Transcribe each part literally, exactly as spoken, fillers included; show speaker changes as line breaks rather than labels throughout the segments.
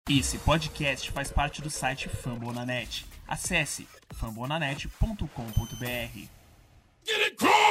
Esse podcast faz parte do site Fambonanet. Acesse fambonanet ponto com ponto b r. Get it crunk!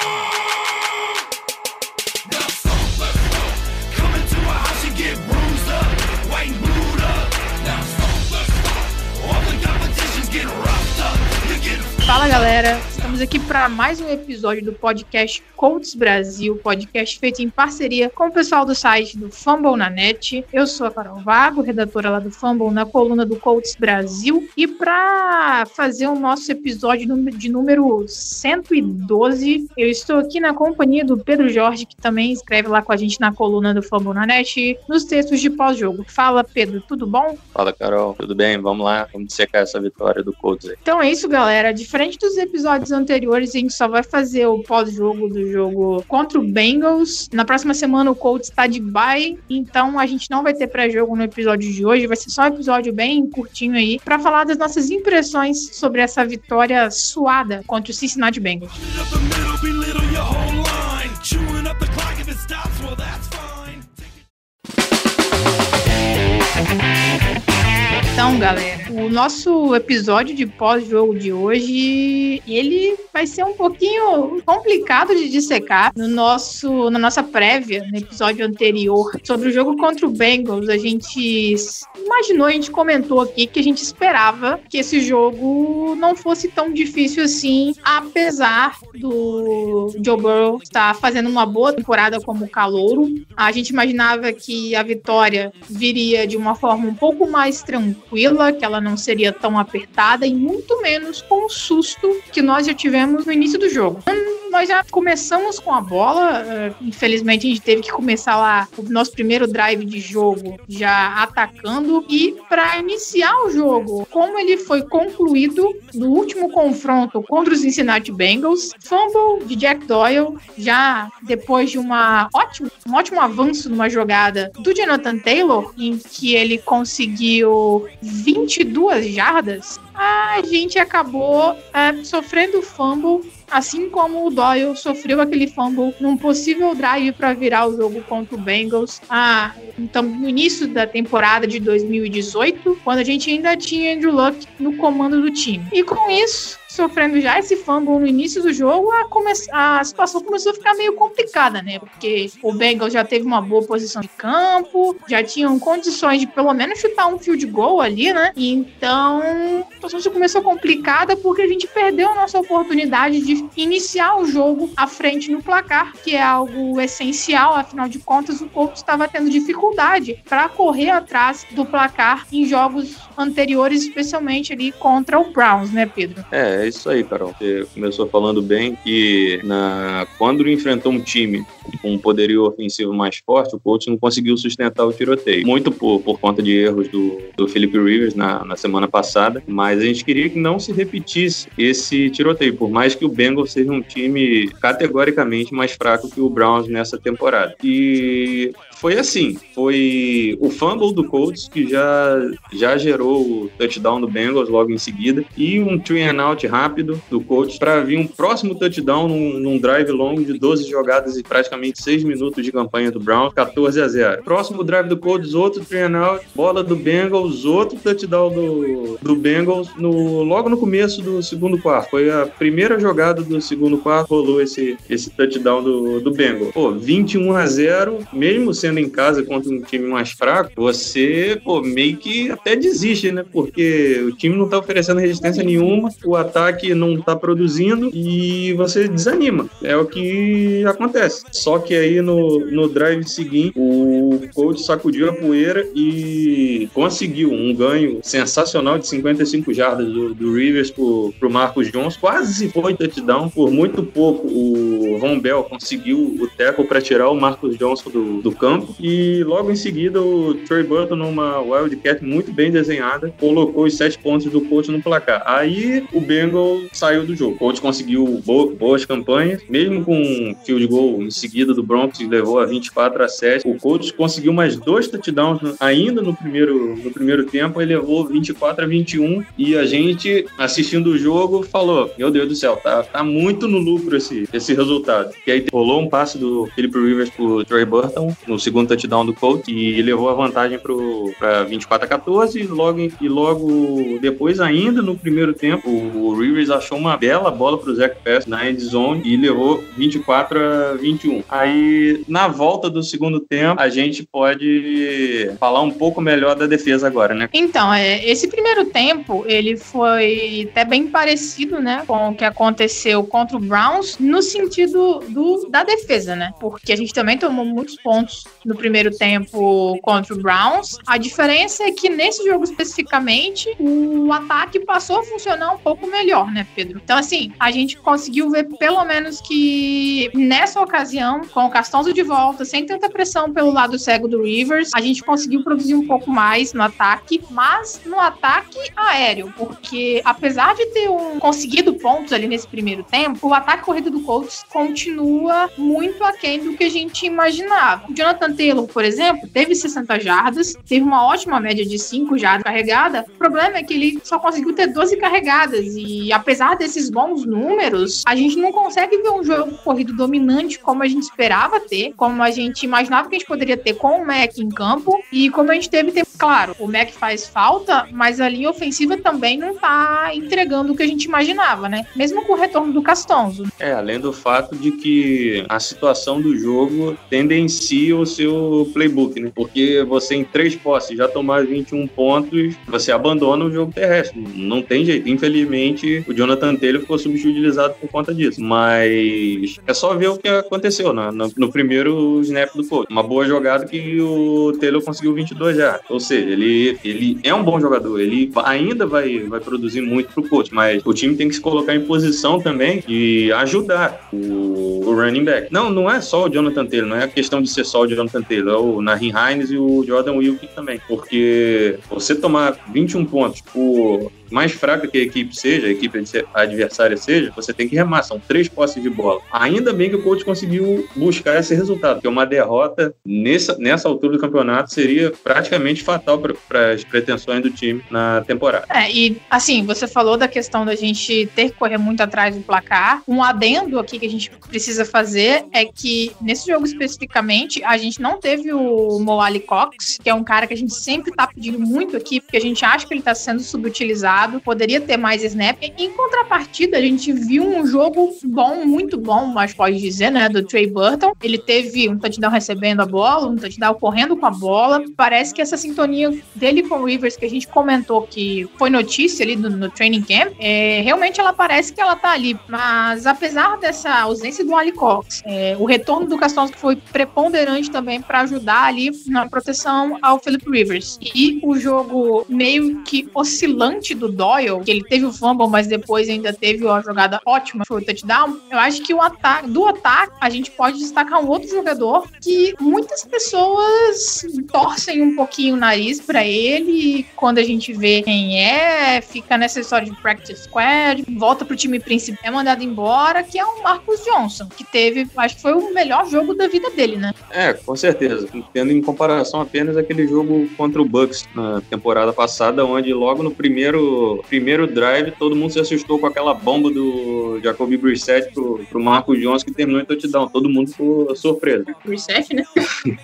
Now stop, let's go. Come into a house and get bruised up, white and blued up. Now stop, let's go. All the competition's getting roughed up. You get.
Fala galera, estamos aqui para mais um episódio do podcast Colts Brasil, podcast feito em parceria com o pessoal do site do Fambonanet. Eu sou a Carol Vago, redatora lá do Fumble na coluna do Colts Brasil, e para fazer o nosso episódio de número cento e doze, eu estou aqui na companhia do Pedro Jorge, que também escreve lá com a gente na coluna do Fambonanet, nos textos de pós-jogo. Fala Pedro, tudo bom?
Fala Carol, tudo bem? Vamos lá, vamos dissecar essa vitória do Colts aí.
Então é isso galera, diferente dos episódios anteriores, a gente só vai fazer o pós-jogo do jogo contra o Bengals. Na próxima semana o Colts está de bye, então a gente não vai ter pré-jogo no episódio de hoje, vai ser só um episódio bem curtinho aí, para falar das nossas impressões sobre essa vitória suada contra o Cincinnati Bengals. Então, galera, o nosso episódio de pós-jogo de hoje, ele vai ser um pouquinho complicado de dissecar. No nosso, na nossa prévia, no episódio anterior, sobre o jogo contra o Bengals, a gente imaginou, a gente comentou aqui que a gente esperava que esse jogo não fosse tão difícil assim, apesar do Joe Burrow estar fazendo uma boa temporada como calouro. A gente imaginava que a vitória viria de uma forma um pouco mais tranquila, que ela não seria tão apertada e muito menos com o susto que nós já tivemos no início do jogo. Nós já começamos com a bola, uh, infelizmente a gente teve que começar lá o nosso primeiro drive de jogo já atacando, e para iniciar o jogo, como ele foi concluído no último confronto contra os Cincinnati Bengals, fumble de Jack Doyle, já depois de uma ótimo, um ótimo avanço numa jogada do Jonathan Taylor, em que ele conseguiu vinte e duas jardas, a gente acabou é, sofrendo fumble, assim como o Doyle sofreu aquele fumble num possível drive para virar o jogo contra o Bengals, ah, então, no início da temporada de dois mil e dezoito, quando a gente ainda tinha Andrew Luck no comando do time. E com isso, sofrendo já esse fumble no início do jogo, a, come- a situação começou a ficar meio complicada, né? Porque o Bengals já teve uma boa posição de campo, já tinham condições de pelo menos chutar um field goal ali, né? Então, a situação começou complicada porque a gente perdeu a nossa oportunidade de iniciar o jogo à frente no placar, que é algo essencial, afinal de contas, o Colts estava tendo dificuldade para correr atrás do placar em jogos anteriores, especialmente ali contra o Browns, né, Pedro?
É, é isso aí, Carol. Você começou falando bem que na... quando enfrentou um time com um poderio ofensivo mais forte, o Colts não conseguiu sustentar o tiroteio. Muito por, por conta de erros do, do Philip Rivers na, na semana passada, mas a gente queria que não se repetisse esse tiroteio, por mais que o Bengals seja um time categoricamente mais fraco que o Browns nessa temporada. E foi assim, foi o fumble do Colts que já, já gerou o touchdown do Bengals logo em seguida, e um three and out rápido do Colts para vir um próximo touchdown num, num drive longo de doze jogadas e praticamente seis minutos de campanha do Browns, catorze a zero. Próximo drive do Colts, outro three and out, bola do Bengals, outro touchdown do, do Bengals no, logo no começo do segundo quarto. Foi a primeira jogada do segundo quarto, rolou esse, esse touchdown do, do Bengals. Pô, vinte e um a zero, mesmo sendo em casa contra um time mais fraco, você, pô, meio que até desiste, né? Porque o time não tá oferecendo resistência nenhuma, o ataque não tá produzindo e você desanima. É o que acontece. Só que aí no, no drive seguinte, o coach sacudiu a poeira e conseguiu um ganho sensacional de cinquenta e cinco jardas do, do Rivers pro, pro Marcus Jones. Quase foi touchdown, por muito pouco o Von Bell conseguiu o tackle para tirar o Marcus Jones do, do campo, e logo em seguida o Trey Burton, numa Wildcat muito bem desenhada, colocou os sete pontos do Colts no placar. Aí o Bengals saiu do jogo. O Colts conseguiu bo- boas campanhas, mesmo com um field goal em seguida do Broncos, que levou a vinte e quatro a sete. O Colts conseguiu mais dois touchdowns ainda no primeiro, no primeiro tempo, ele levou vinte e quatro a vinte e um, e a gente, assistindo o jogo, falou, meu Deus do céu, tá, tá muito no lucro esse, esse resultado. E aí rolou um passe do Philip Rivers pro Trey Burton no segundo touchdown do Colts e levou a vantagem para vinte e quatro a quatorze e logo, e logo depois ainda no primeiro tempo o Rivers achou uma bela bola para o Zach Pascal na end zone e levou vinte e quatro a vinte e um. Aí na volta do segundo tempo a gente pode falar um pouco melhor da defesa agora, né?
Então, é, esse primeiro tempo ele foi até bem parecido, né, com o que aconteceu contra o Browns no sentido do, da defesa, né? Porque a gente também tomou muitos pontos no primeiro tempo contra o Browns. A diferença é que nesse jogo especificamente o ataque passou a funcionar um pouco melhor, né, Pedro? Então, assim, a gente conseguiu ver pelo menos que nessa ocasião, com o Castonzo de volta, sem tanta pressão pelo lado cego do Rivers, a gente conseguiu produzir um pouco mais no ataque, mas no ataque aéreo, porque apesar de ter um, conseguido pontos ali nesse primeiro tempo, o ataque corrido do Colts continua muito aquém do que a gente imaginava. O Jonathan Taylor, por exemplo, teve sessenta jardas, teve uma ótima média de cinco jardas carregada. O problema é que ele só conseguiu ter doze carregadas e apesar desses bons números, a gente não consegue ver um jogo corrido dominante como a gente esperava ter, como a gente imaginava que a gente poderia ter com o Mac em campo e como a gente teve tempo. Claro, o Mac faz falta, mas a linha ofensiva também não tá entregando o que a gente imaginava, né? Mesmo com o retorno do Castonzo.
É, além do fato de que a situação do jogo tendencia o seu playbook, né? Porque você em três posses já tomar vinte e um pontos, você abandona o jogo terrestre. Não tem jeito. Infelizmente, o Jonathan Taylor ficou subutilizado por conta disso. Mas é só ver o que aconteceu no, no, no primeiro snap do Colts. Uma boa jogada que o Taylor conseguiu vinte e dois já. Ou seja, ele, ele é um bom jogador. Ele ainda vai, vai produzir muito pro Colts, mas o time tem que se colocar em posição também de ajudar o, o running back. Não, não é só o Jonathan Taylor, não é a questão de ser só o Jonathan Taylor, é o Naheem Hines e o Jordan Wilkins também. Porque você tomar vinte e um pontos por mais fraca que a equipe seja, a equipe adversária seja, você tem que remar, são três posses de bola. Ainda bem que o coach conseguiu buscar esse resultado, porque uma derrota nessa, nessa altura do campeonato seria praticamente fatal para as pretensões do time na temporada.
É, e assim, você falou da questão da gente ter que correr muito atrás do placar. Um adendo aqui que a gente precisa fazer é que nesse jogo especificamente, a gente não teve o Mo Alie-Cox, que é um cara que a gente sempre tá pedindo muito aqui, porque a gente acha que ele tá sendo subutilizado, poderia ter mais snap. Em contrapartida, a gente viu um jogo bom, muito bom, mas pode dizer, né, do Trey Burton. Ele teve um touchdown recebendo a bola, um touchdown correndo com a bola. Parece que essa sintonia dele com o Rivers, que a gente comentou que foi notícia ali no, no training camp, é, realmente ela parece que ela tá ali. Mas apesar dessa ausência do Alie-Cox, é, o retorno do Castonzo foi preponderante também para ajudar ali na proteção ao Philip Rivers. E o jogo meio que oscilante do Doyle, que ele teve o fumble, mas depois ainda teve uma jogada ótima, foi o touchdown. Eu acho que o ataque, do ataque, a gente pode destacar um outro jogador que muitas pessoas torcem um pouquinho o nariz pra ele, e quando a gente vê quem é, fica nessa história de practice squad, volta pro time principal, é mandado embora, que é o Marcus Johnson, que teve, acho que foi o melhor jogo da vida dele, né?
É, com certeza. Tendo em comparação apenas aquele jogo contra o Bucks na temporada passada, onde logo no primeiro primeiro drive, todo mundo se assustou com aquela bomba do Jacoby Brissett pro, pro Marcus Johnson, que terminou em touchdown. Todo mundo ficou surpreso.
Brissett, né?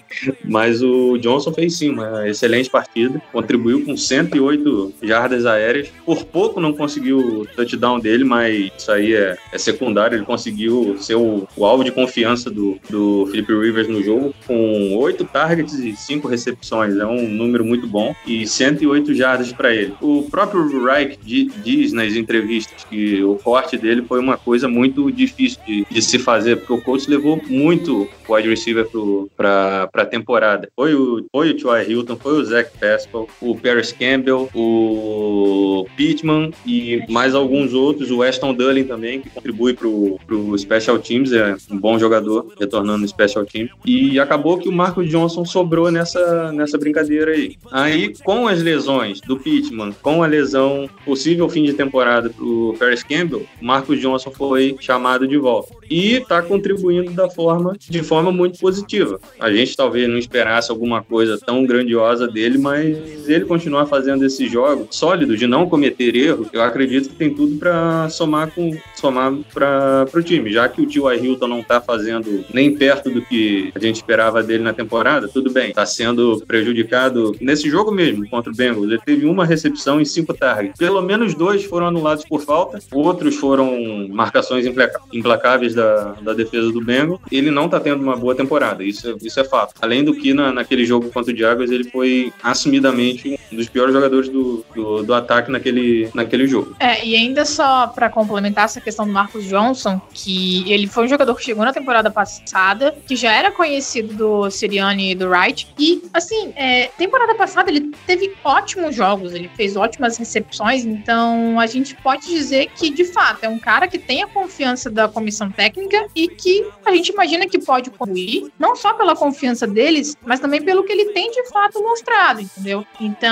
Mas o Johnson fez sim uma excelente partida, contribuiu com cento e oito jardas aéreas. Por pouco não conseguiu o touchdown dele, mas isso aí é, é secundário. Ele conseguiu ser o, o alvo de confiança do, do Philip Rivers no jogo, com oito targets e cinco recepções. É um número muito bom. E cento e oito jardas para ele. O próprio Reich diz nas entrevistas que o corte dele foi uma coisa muito difícil de, de se fazer, porque o coach levou muito o wide receiver para a temporada. Foi o, foi o T Y. Hilton, foi o Zach Pascal, o Paris Campbell, o Pittman e mais alguns outros, o Weston Dulin também, que contribui para o Special Teams, é um bom jogador, retornando no Special Teams. E acabou que o Marcus Johnson sobrou nessa, nessa brincadeira aí. Aí, com as lesões do Pittman, com a lesão possível fim de temporada pro Paris Campbell, o Marcus Johnson foi chamado de volta. e está contribuindo da forma, de forma muito positiva. A gente talvez não esperasse alguma coisa tão grandiosa dele, mas ele continuar fazendo esses jogos sólidos, de não cometer erros, eu acredito que tem tudo para somar, com, somar para o time, já que o T Y. Hilton não está fazendo nem perto do que a gente esperava dele na temporada, tudo bem, está sendo prejudicado nesse jogo mesmo, contra o Bengals. Ele teve uma recepção em cinco targets. Pelo menos dois foram anulados por falta, outros foram marcações implacáveis da, da defesa do Bengals. Ele não está tendo uma boa temporada, isso, isso é fato. Além do que, na, naquele jogo contra o Jaguars, ele foi assumidamente um dos piores jogadores do, do, do ataque naquele, naquele jogo.
É, e ainda só para complementar essa questão do Marcus Johnson, que ele foi um jogador que chegou na temporada passada, que já era conhecido do Sirianni e do Wright, e assim, é, temporada passada ele teve ótimos jogos, ele fez ótimas recepções, então a gente pode dizer que de fato é um cara que tem a confiança da comissão técnica e que a gente imagina que pode contribuir, não só pela confiança deles, mas também pelo que ele tem de fato mostrado, entendeu?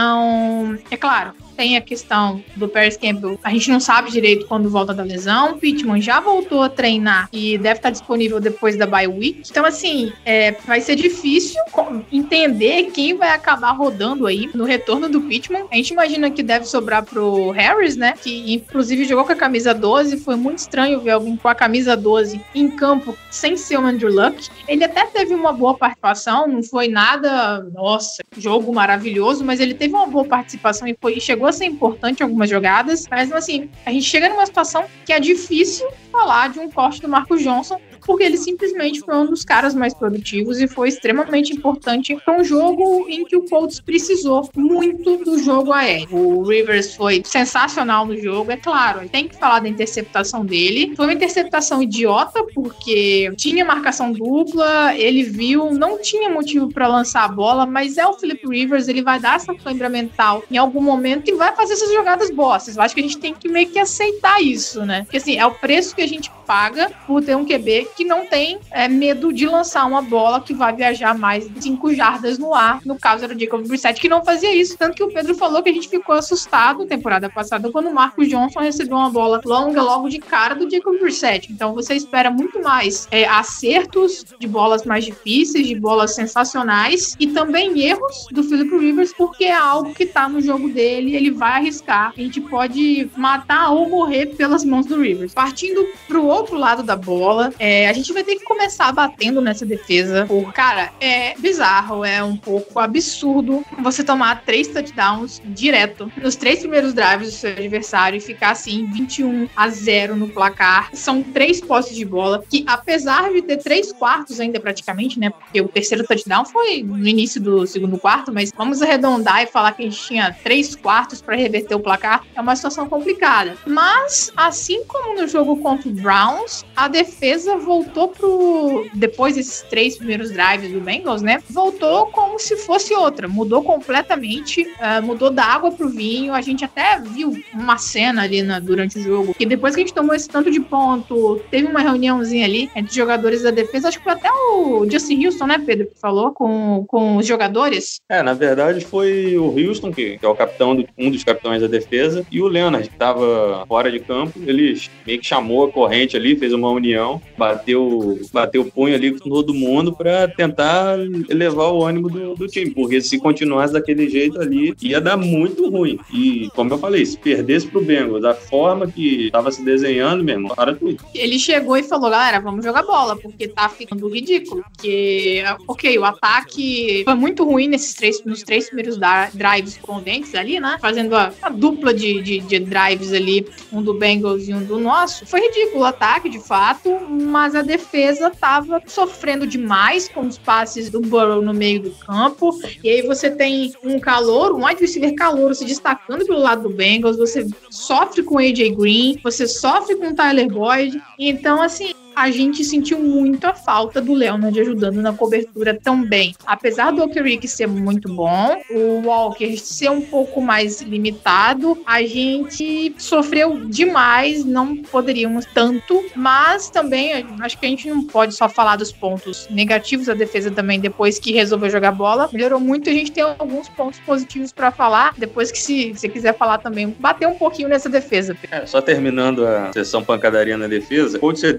Então, é claro, tem a questão do Paris Campbell. A gente não sabe direito quando volta da lesão. O Pittman já voltou a treinar e deve estar disponível depois da bye week. Então, assim, é, vai ser difícil entender quem vai acabar rodando aí no retorno do Pittman. A gente imagina que deve sobrar pro Harris, né? Que, inclusive, jogou com a camisa doze. Foi muito estranho ver alguém com a camisa doze em campo sem ser o Andrew Luck. Ele até teve uma boa participação. Não foi nada, nossa, jogo maravilhoso, mas ele teve uma boa participação e, foi, e chegou a ser importante em algumas jogadas, mas assim, a gente chega numa situação que é difícil falar de um corte do Marcus Johnson, porque ele simplesmente foi um dos caras mais produtivos e foi extremamente importante para um jogo em que o Colts precisou muito do jogo aéreo. O Rivers foi sensacional no jogo, é claro, tem que falar da interceptação dele. Foi uma interceptação idiota, porque tinha marcação dupla, ele viu, não tinha motivo para lançar a bola, mas é o Philip Rivers, ele vai dar essa câimbra mental em algum momento e vai fazer essas jogadas boas. Eu acho que a gente tem que meio que aceitar isso, né? Porque assim, é o preço que a gente paga por ter um Q B que não tem é, medo de lançar uma bola que vai viajar mais de cinco jardas no ar. No caso era o Jacob Brissett, que não fazia isso. Tanto que o Pedro falou que a gente ficou assustado na temporada passada quando o Marcus Johnson recebeu uma bola longa logo de cara do Jacob Brissett. Então você espera muito mais é, acertos de bolas mais difíceis, de bolas sensacionais e também erros do Philip Rivers, porque é algo que tá no jogo dele, ele vai arriscar. A gente pode matar ou morrer pelas mãos do Rivers. Partindo pro outro lado da bola, é, a gente vai ter que começar batendo nessa defesa. Por, cara, é bizarro, é um pouco absurdo você tomar três touchdowns direto nos três primeiros drives do seu adversário e ficar assim vinte e um a zero no placar. São três posses de bola que, apesar de ter três quartos ainda praticamente, né, porque o terceiro touchdown foi no início do segundo quarto, mas vamos arredondar e falar que a gente tinha três quartos para reverter o placar, é uma situação complicada. Mas, assim como no jogo contra o Browns, a defesa voltou pro... depois desses três primeiros drives do Bengals, né, voltou como se fosse outra, mudou completamente, uh, mudou da água pro vinho. A gente até viu uma cena ali na, durante o jogo, que depois que a gente tomou esse tanto de ponto, teve uma reuniãozinha ali entre os jogadores da defesa, acho que foi até o Justin Houston, né, Pedro, que falou com, com os jogadores.
É, na verdade foi o Houston, que, que é o capitão, do, um dos capitães da defesa, e o Leonard, que estava fora de campo. Ele meio que chamou a corrente ali, fez uma união, bateu, bateu o punho ali com todo mundo para tentar elevar o ânimo do, do time, porque se continuasse daquele jeito ali, ia dar muito ruim. E, como eu falei, se perdesse pro Bengals da forma que estava se desenhando, mesmo, para tudo.
Ele chegou e falou, galera, vamos jogar bola, porque tá ficando ridículo. Porque, ok, o ataque foi muito ruim nesses três, nos três primeiros drives correspondentes ali, né? Fazendo a, a dupla de, de, de drives ali, um do Bengals e um do nosso. Foi ridículo o ataque, de fato, mas a defesa tava sofrendo demais com os passes do Burrow no meio do campo. E aí você tem um calor, um wide receiver calouro se destacando pelo lado do Bengals, você sofre com o A J Green, você sofre com o Tyler Boyd. Então, assim, a gente sentiu muito a falta do Leonard ajudando na cobertura também. Apesar do Okerick ser muito bom, o Walker ser um pouco mais limitado, a gente sofreu demais, não poderíamos tanto, mas também acho que a gente não pode só falar dos pontos negativos da defesa também depois que resolveu jogar bola. Melhorou muito, a gente tem alguns pontos positivos para falar, depois que se você quiser falar também, bater um pouquinho nessa defesa.
É, só terminando a sessão pancadaria na defesa, o Colts cedeu duzentos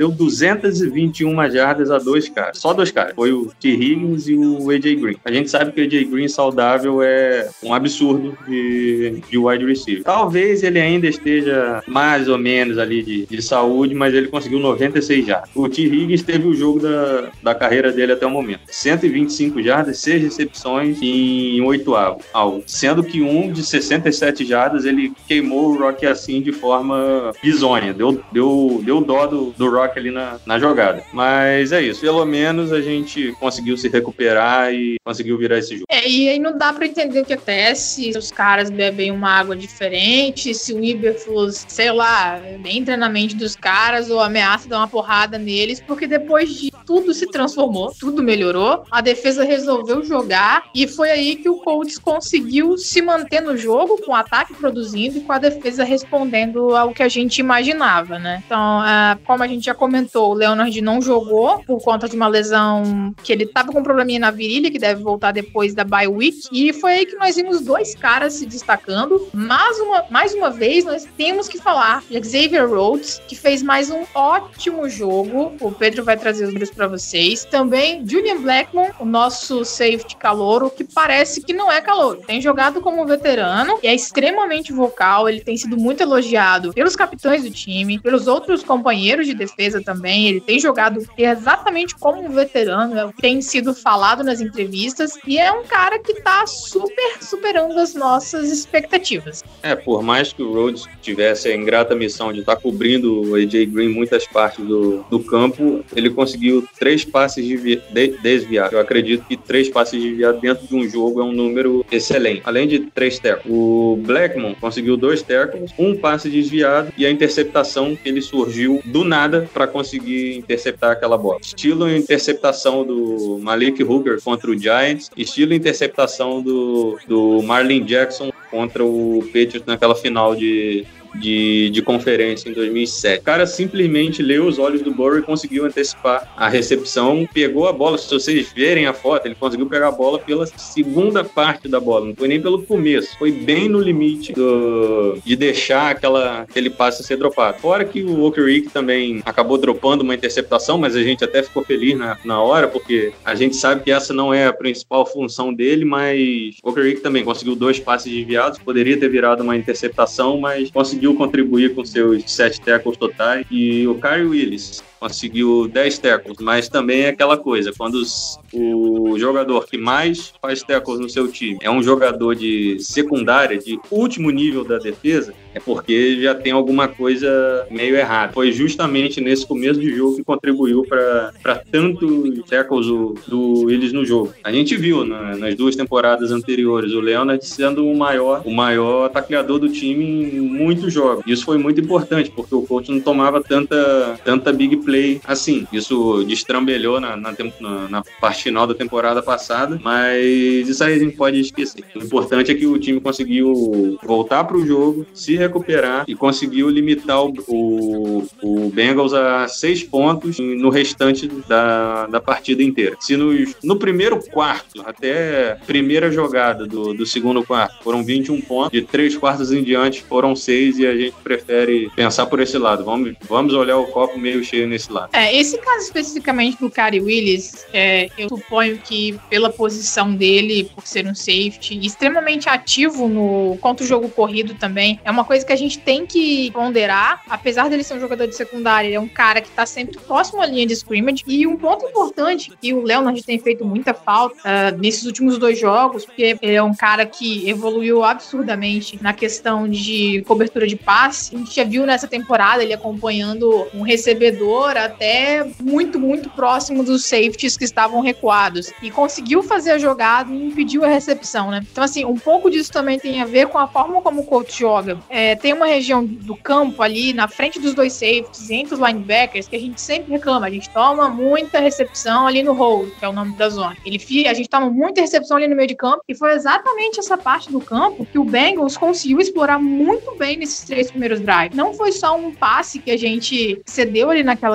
duzentas e vinte e uma jardas a dois caras. Só dois caras. Foi o T. Higgins e o A J Green. A gente sabe que o A J Green saudável é um absurdo de, de wide receiver. Talvez ele ainda esteja mais ou menos ali de, de saúde, mas ele conseguiu noventa e seis jardas. O T. Higgins teve o jogo da, da carreira dele até o momento. cento e vinte e cinco jardas, seis recepções em oito alvos. Sendo que um de sessenta e sete jardas ele queimou o Rock assim de forma bizonha. Deu, deu, deu dó do, do Rock ali na, na jogada. Mas é isso. Pelo menos a gente conseguiu se recuperar e conseguiu virar esse jogo.
É, e aí não dá pra entender o que acontece. Se os caras bebem uma água diferente, se o Iberflus, sei lá, entra na mente dos caras ou ameaça dar uma porrada neles, porque depois de tudo se transformou, tudo melhorou, a defesa resolveu jogar e foi aí que o Colts conseguiu se manter no jogo, com o ataque produzindo e com a defesa respondendo ao que a gente imaginava, né? Então, uh, como a gente já comentou, o Leonard não jogou por conta de uma lesão que ele tava com um probleminha na virilha, que deve voltar depois da bye week, e foi aí que nós vimos dois caras se destacando. Mais uma, mais uma vez, nós temos que falar de Xavier Rhodes, que fez mais um ótimo jogo. O Pedro vai trazer os números para vocês. Também Julian Blackmon, o nosso safety calouro, que parece que não é calouro. Tem jogado como veterano e é extremamente vocal. Ele tem sido muito elogiado pelos capitães do time, pelos outros companheiros de defesa também. Ele tem jogado exatamente como um veterano, é o que tem sido falado nas entrevistas, e é um cara que tá super superando as nossas expectativas.
É, por mais que o Rhodes tivesse a ingrata missão de estar tá cobrindo o A J Green muitas partes do, do campo, ele conseguiu três passes de, de, desviados. Eu acredito que três passes desviados dentro de um jogo é um número excelente. Além de três tackles. O Blackmon conseguiu dois tackles, um passe desviado e a interceptação que ele surgiu do nada para conseguir interceptar aquela bola. Estilo interceptação do Malik Hooker contra o Giants, estilo interceptação do, do Marlin Jackson contra o Patriots naquela final de... De, de conferência em dois mil e sete. O cara simplesmente leu os olhos do Burrow e conseguiu antecipar a recepção, pegou a bola. Se vocês verem a foto, ele conseguiu pegar a bola pela segunda parte da bola, não foi nem pelo começo, foi bem no limite do, de deixar aquela, aquele passe ser dropado. Fora que o Okrick também acabou dropando uma interceptação, mas a gente até ficou feliz na, na hora, porque a gente sabe que essa não é a principal função dele, mas o Okrick também conseguiu dois passes desviados, poderia ter virado uma interceptação, mas conseguiu conseguiu contribuir com seus sete tackles totais. E o Kyle Willis conseguiu dez tackles, mas também é aquela coisa, quando os, o jogador que mais faz tackles no seu time é um jogador de secundária, de último nível da defesa, é porque já tem alguma coisa meio errada. Foi justamente nesse começo de jogo que contribuiu para tanto tackles do, do Willis no jogo. A gente viu na, nas duas temporadas anteriores o Leonard sendo o maior, o maior tacleador do time em muitos jogos. Isso foi muito importante, porque o coach não tomava tanta, tanta big play assim. Isso destrambelhou na, na, na, na parte final da temporada passada, mas isso aí a gente pode esquecer. O importante é que o time conseguiu voltar para o jogo, se recuperar e conseguiu limitar o, o, o Bengals a seis pontos no restante da, da partida inteira. Se nos, no primeiro quarto, até a primeira jogada do, do segundo quarto, foram vinte e um pontos, de três quartos em diante foram seis, e a gente prefere pensar por esse lado. Vamos, vamos olhar o copo meio cheio nesse lado.
É, esse caso especificamente do Kyle Willis, é, eu suponho que pela posição dele, por ser um safety, extremamente ativo no, contra o jogo corrido também, é uma coisa que a gente tem que ponderar. Apesar dele ser um jogador de secundária, ele é um cara que tá sempre próximo à linha de scrimmage. E um ponto importante, que o Leonard tem feito muita falta uh, nesses últimos dois jogos, porque ele é um cara que evoluiu absurdamente na questão de cobertura de passe. A gente já viu nessa temporada ele acompanhando um recebedor até muito, muito próximo dos safeties que estavam recuados, e conseguiu fazer a jogada e impediu a recepção, né? Então, assim, um pouco disso também tem a ver com a forma como o coach joga. É, tem uma região do campo ali na frente dos dois safeties, entre os linebackers, que a gente sempre reclama. A gente toma muita recepção ali no hold, que é o nome da zona. Ele, a gente toma muita recepção ali no meio de campo, e foi exatamente essa parte do campo que o Bengals conseguiu explorar muito bem nesses três primeiros drives. Não foi só um passe que a gente cedeu ali naquela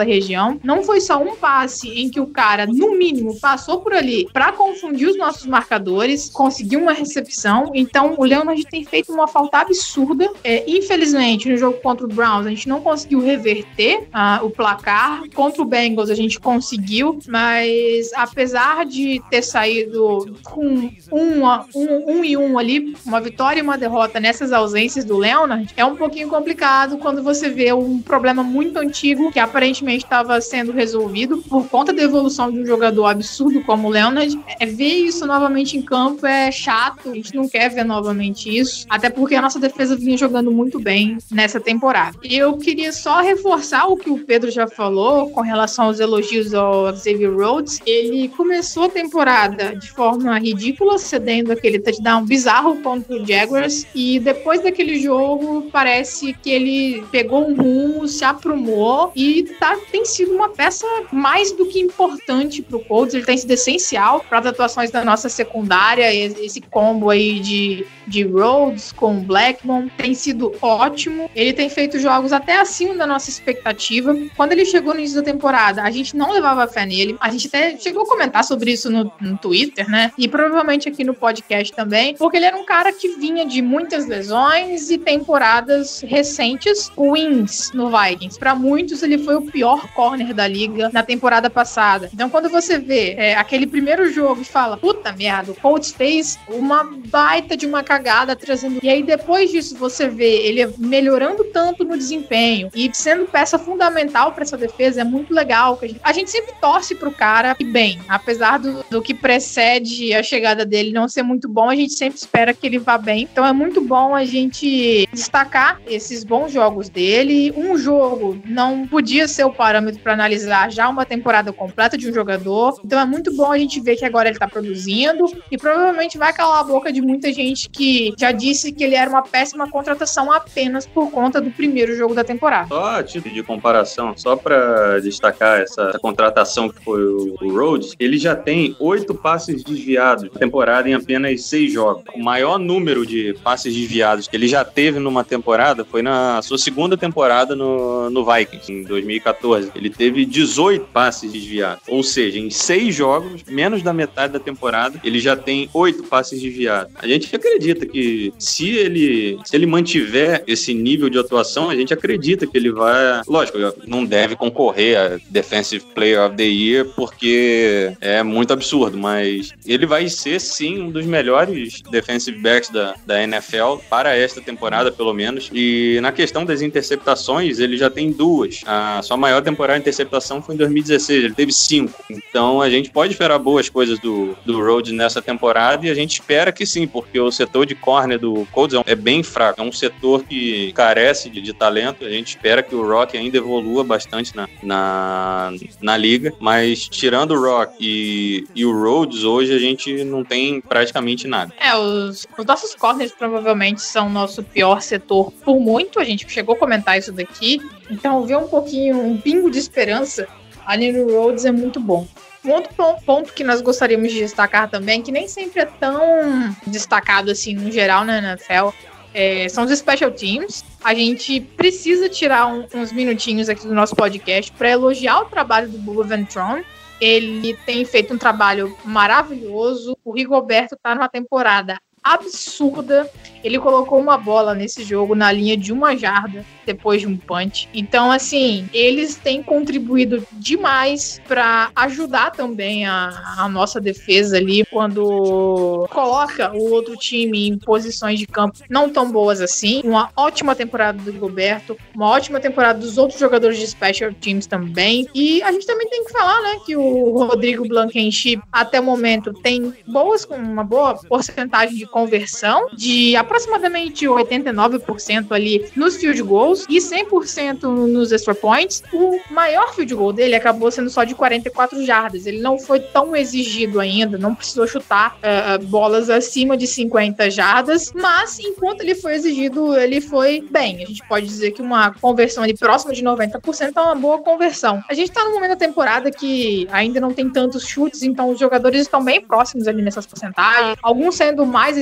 naquela região. Não foi só um passe em que o cara, no mínimo, passou por ali para confundir os nossos marcadores, conseguiu uma recepção. Então, o Leonard tem feito uma falta absurda. É, infelizmente, no jogo contra o Browns, a gente não conseguiu reverter uh, o placar. Contra o Bengals, a gente conseguiu, mas apesar de ter saído com um, um, um e um ali, uma vitória e uma derrota nessas ausências do Leonard, é um pouquinho complicado quando você vê um problema muito antigo que aparentemente estava sendo resolvido por conta da evolução de um jogador absurdo como o Leonard. É, ver isso novamente em campo é chato, a gente não quer ver novamente isso, até porque a nossa defesa vinha jogando muito bem nessa temporada. E eu queria só reforçar o que o Pedro já falou com relação aos elogios ao Xavier Rhodes. Ele começou a temporada de forma ridícula, cedendo aquele touchdown bizarro contra o Jaguars, e depois daquele jogo parece que ele pegou um rumo, se aprumou e tá, tem sido uma peça mais do que importante pro Colts. Ele tem sido essencial para as atuações da nossa secundária. Esse combo aí de, de Rhodes com Blackmon tem sido ótimo. Ele tem feito jogos até acima da nossa expectativa. Quando ele chegou no início da temporada, a gente não levava fé nele. A gente até chegou a comentar sobre isso no, no Twitter, né? E provavelmente aqui no podcast também, porque ele era um cara que vinha de muitas lesões e temporadas recentes ruins no Vikings. Para muitos, ele foi o pior corner da liga na temporada passada. Então, quando você vê é, aquele primeiro jogo e fala, puta merda, o Colts fez uma baita de uma cagada trazendo... E aí, depois disso, você vê ele melhorando tanto no desempenho e sendo peça fundamental para essa defesa, é muito legal. A gente, a gente sempre torce pro cara e bem, apesar do, do que precede a chegada dele não ser muito bom, a gente sempre espera que ele vá bem. Então, é muito bom a gente destacar esses bons jogos dele. Um jogo não podia ser o parâmetro para analisar já uma temporada completa de um jogador. Então, é muito bom a gente ver que agora ele tá produzindo e provavelmente vai calar a boca de muita gente que já disse que ele era uma péssima contratação apenas por conta do primeiro jogo da temporada.
Só a título de comparação, só para destacar essa, essa contratação que foi o, o Rhodes, ele já tem oito passes desviados na temporada em apenas seis jogos. O maior número de passes desviados que ele já teve numa temporada foi na sua segunda temporada no, no Vikings, em dois mil e catorze. Ele teve dezoito passes desviados. Ou seja, em seis jogos, menos da metade da temporada, ele já tem oito passes desviados. A gente acredita que se ele, se ele mantiver esse nível de atuação, a gente acredita que ele vai... Lógico, não deve concorrer a Defensive Player of the Year porque é muito absurdo, mas ele vai ser, sim, um dos melhores defensive backs da, da N F L para esta temporada, pelo menos. E na questão das interceptações, ele já tem duas. A sua maior temporada de interceptação foi em dois mil e dezesseis, ele teve cinco. Então a gente pode esperar boas coisas do, do Rhodes nessa temporada e a gente espera que sim, porque o setor de corner do Colts é bem fraco. É um setor que carece de, de talento. A gente espera que o Rock ainda evolua bastante na, na, na liga, mas tirando o Rock e, e o Rhodes, hoje a gente não tem praticamente nada.
É, os, os nossos corners provavelmente são o nosso pior setor por muito. A gente chegou a comentar isso daqui. Então ver um pouquinho, um pingo de esperança ali no Rhodes é muito bom. Um outro ponto que nós gostaríamos de destacar também, que nem sempre é tão destacado assim no geral na N F L, é, são os special teams. A gente precisa tirar um, uns minutinhos aqui do nosso podcast para elogiar o trabalho do Bubba Ventrone. Ele tem feito um trabalho maravilhoso. O Rigoberto está numa temporada absurda. Ele colocou uma bola nesse jogo na linha de uma jarda depois de um punch. Então, assim, eles têm contribuído demais para ajudar também a, a nossa defesa ali quando coloca o outro time em posições de campo não tão boas assim. Uma ótima temporada do Rigoberto, uma ótima temporada dos outros jogadores de special teams também. E a gente também tem que falar, né, que o Rodrigo Blankenship até o momento tem boas, uma boa porcentagem de conversão, de aproximadamente oitenta e nove por cento ali nos field goals e cem por cento nos extra points. O maior field goal dele acabou sendo só de quarenta e quatro jardas. Ele não foi tão exigido ainda, não precisou chutar uh, bolas acima de cinquenta jardas, mas enquanto ele foi exigido, ele foi bem. A gente pode dizer que uma conversão ali próxima de noventa por cento é uma boa conversão. A gente tá num momento da temporada que ainda não tem tantos chutes, então os jogadores estão bem próximos ali nessas porcentagens, alguns sendo mais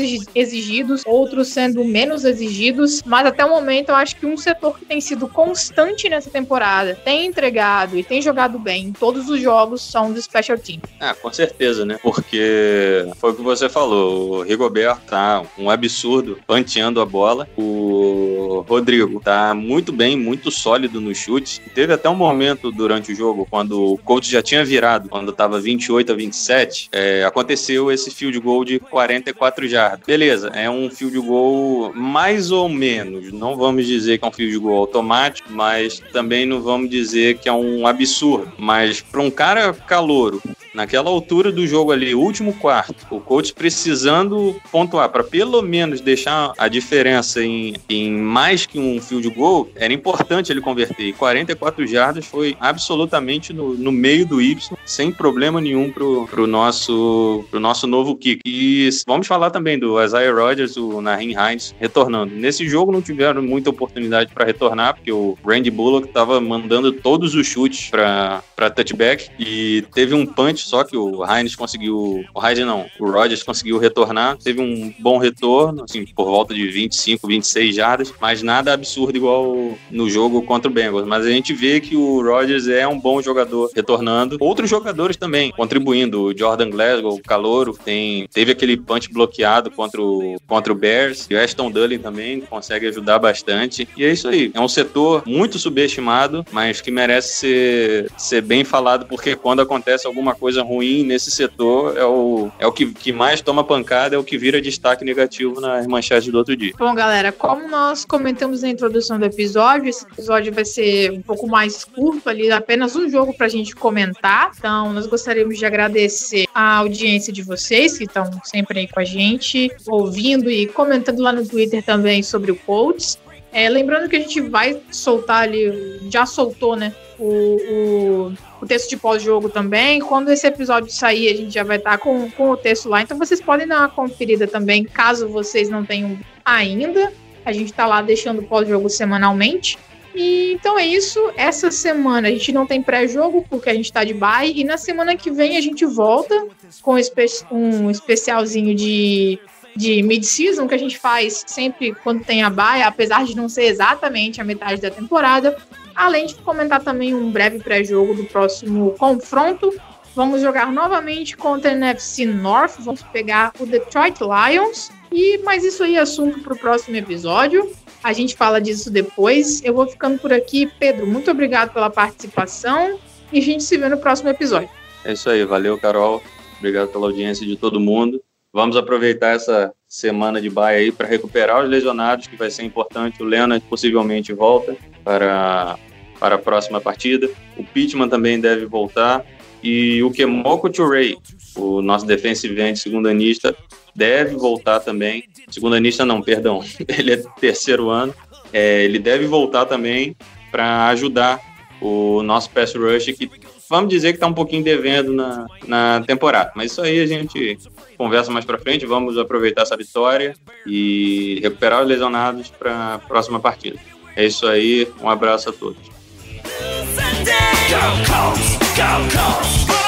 exigidos, outros sendo menos exigidos, mas até o momento eu acho que um setor que tem sido constante nessa temporada, tem entregado e tem jogado bem em todos os jogos, são dos special teams.
Ah, com certeza, né? Porque foi o que você falou, o Rigoberto tá um absurdo panteando a bola, o Rodrigo tá muito bem, muito sólido no chute. Teve até um momento durante o jogo, quando o coach já tinha virado, quando tava vinte e oito a vinte e sete, é, aconteceu esse field goal de quarenta e quatro jardas. Beleza, é um field goal mais ou menos, não vamos dizer que é um field goal automático, mas também não vamos dizer que é um absurdo. Mas para um cara calouro, naquela altura do jogo ali, último quarto, o coach precisando pontuar para pelo menos deixar a diferença em, em mais que um field goal, era importante ele converter. E quarenta e quatro jardas foi absolutamente no, no meio do Y, sem problema nenhum pro, pro, nosso, pro nosso novo kick. E vamos falar também do Isaiah Rodgers, o Nyheim Hines retornando. Nesse jogo não tiveram muita oportunidade para retornar, porque o Randy Bullock estava mandando todos os chutes para touchback, e teve um punch só que o Hines conseguiu, o Hines não, o Rodgers conseguiu retornar, teve um bom retorno, assim, por volta de vinte e cinco, vinte e seis jardas, mas nada absurdo igual no jogo contra o Bengals. Mas a gente vê que o Rodgers é um bom jogador retornando. Outros jogadores também contribuindo, o Jordan Glasgow, o calouro, tem, teve aquele punch bloqueado contra o, contra o Bears, e o Ashton Dulin também consegue ajudar bastante, e é isso aí, é um setor muito subestimado, mas que merece ser, ser bem falado, porque quando acontece alguma coisa ruim nesse setor, é o, é o que, que mais toma pancada, é o que vira destaque negativo nas manchetes do outro dia.
Bom, galera, como nós comentamos na introdução do episódio, esse episódio vai ser um pouco mais curto ali, apenas um jogo pra gente comentar. Então, nós gostaríamos de agradecer a audiência de vocês, que estão sempre aí com a gente, ouvindo e comentando lá no Twitter também sobre o Colts. É, lembrando que a gente vai soltar ali, já soltou, né, o, o, o texto de pós-jogo também. Quando esse episódio sair, a gente já vai estar com, com o texto lá. Então vocês podem dar uma conferida também, caso vocês não tenham ainda. A gente está lá deixando o pós-jogo semanalmente. E então é isso. Essa semana a gente não tem pré-jogo, porque a gente está de bye. E na semana que vem a gente volta com um especialzinho de... de mid-season, que a gente faz sempre quando tem a bye, apesar de não ser exatamente a metade da temporada, além de comentar também um breve pré-jogo do próximo confronto. Vamos jogar novamente contra a N F C North, vamos pegar o Detroit Lions, e mas isso aí é assunto para o próximo episódio, a gente fala disso depois. Eu vou ficando por aqui. Pedro, muito obrigado pela participação, e a gente se vê no próximo episódio.
É isso aí, valeu, Carol, obrigado pela audiência de todo mundo. Vamos aproveitar essa semana de bye aí para recuperar os lesionados, que vai ser importante. O Leonard possivelmente volta para, para a próxima partida. O Pittman também deve voltar. E o Kemoko Turay, o nosso defensive end segundanista, deve voltar também. Segundanista não, perdão. Ele é terceiro ano. É, ele deve voltar também para ajudar o nosso pass rush, que vamos dizer que está um pouquinho devendo na, na temporada. Mas isso aí a gente conversa mais para frente. Vamos aproveitar essa vitória e recuperar os lesionados para a próxima partida. É isso aí. Um abraço a todos.
Go, Colts! Go, Colts!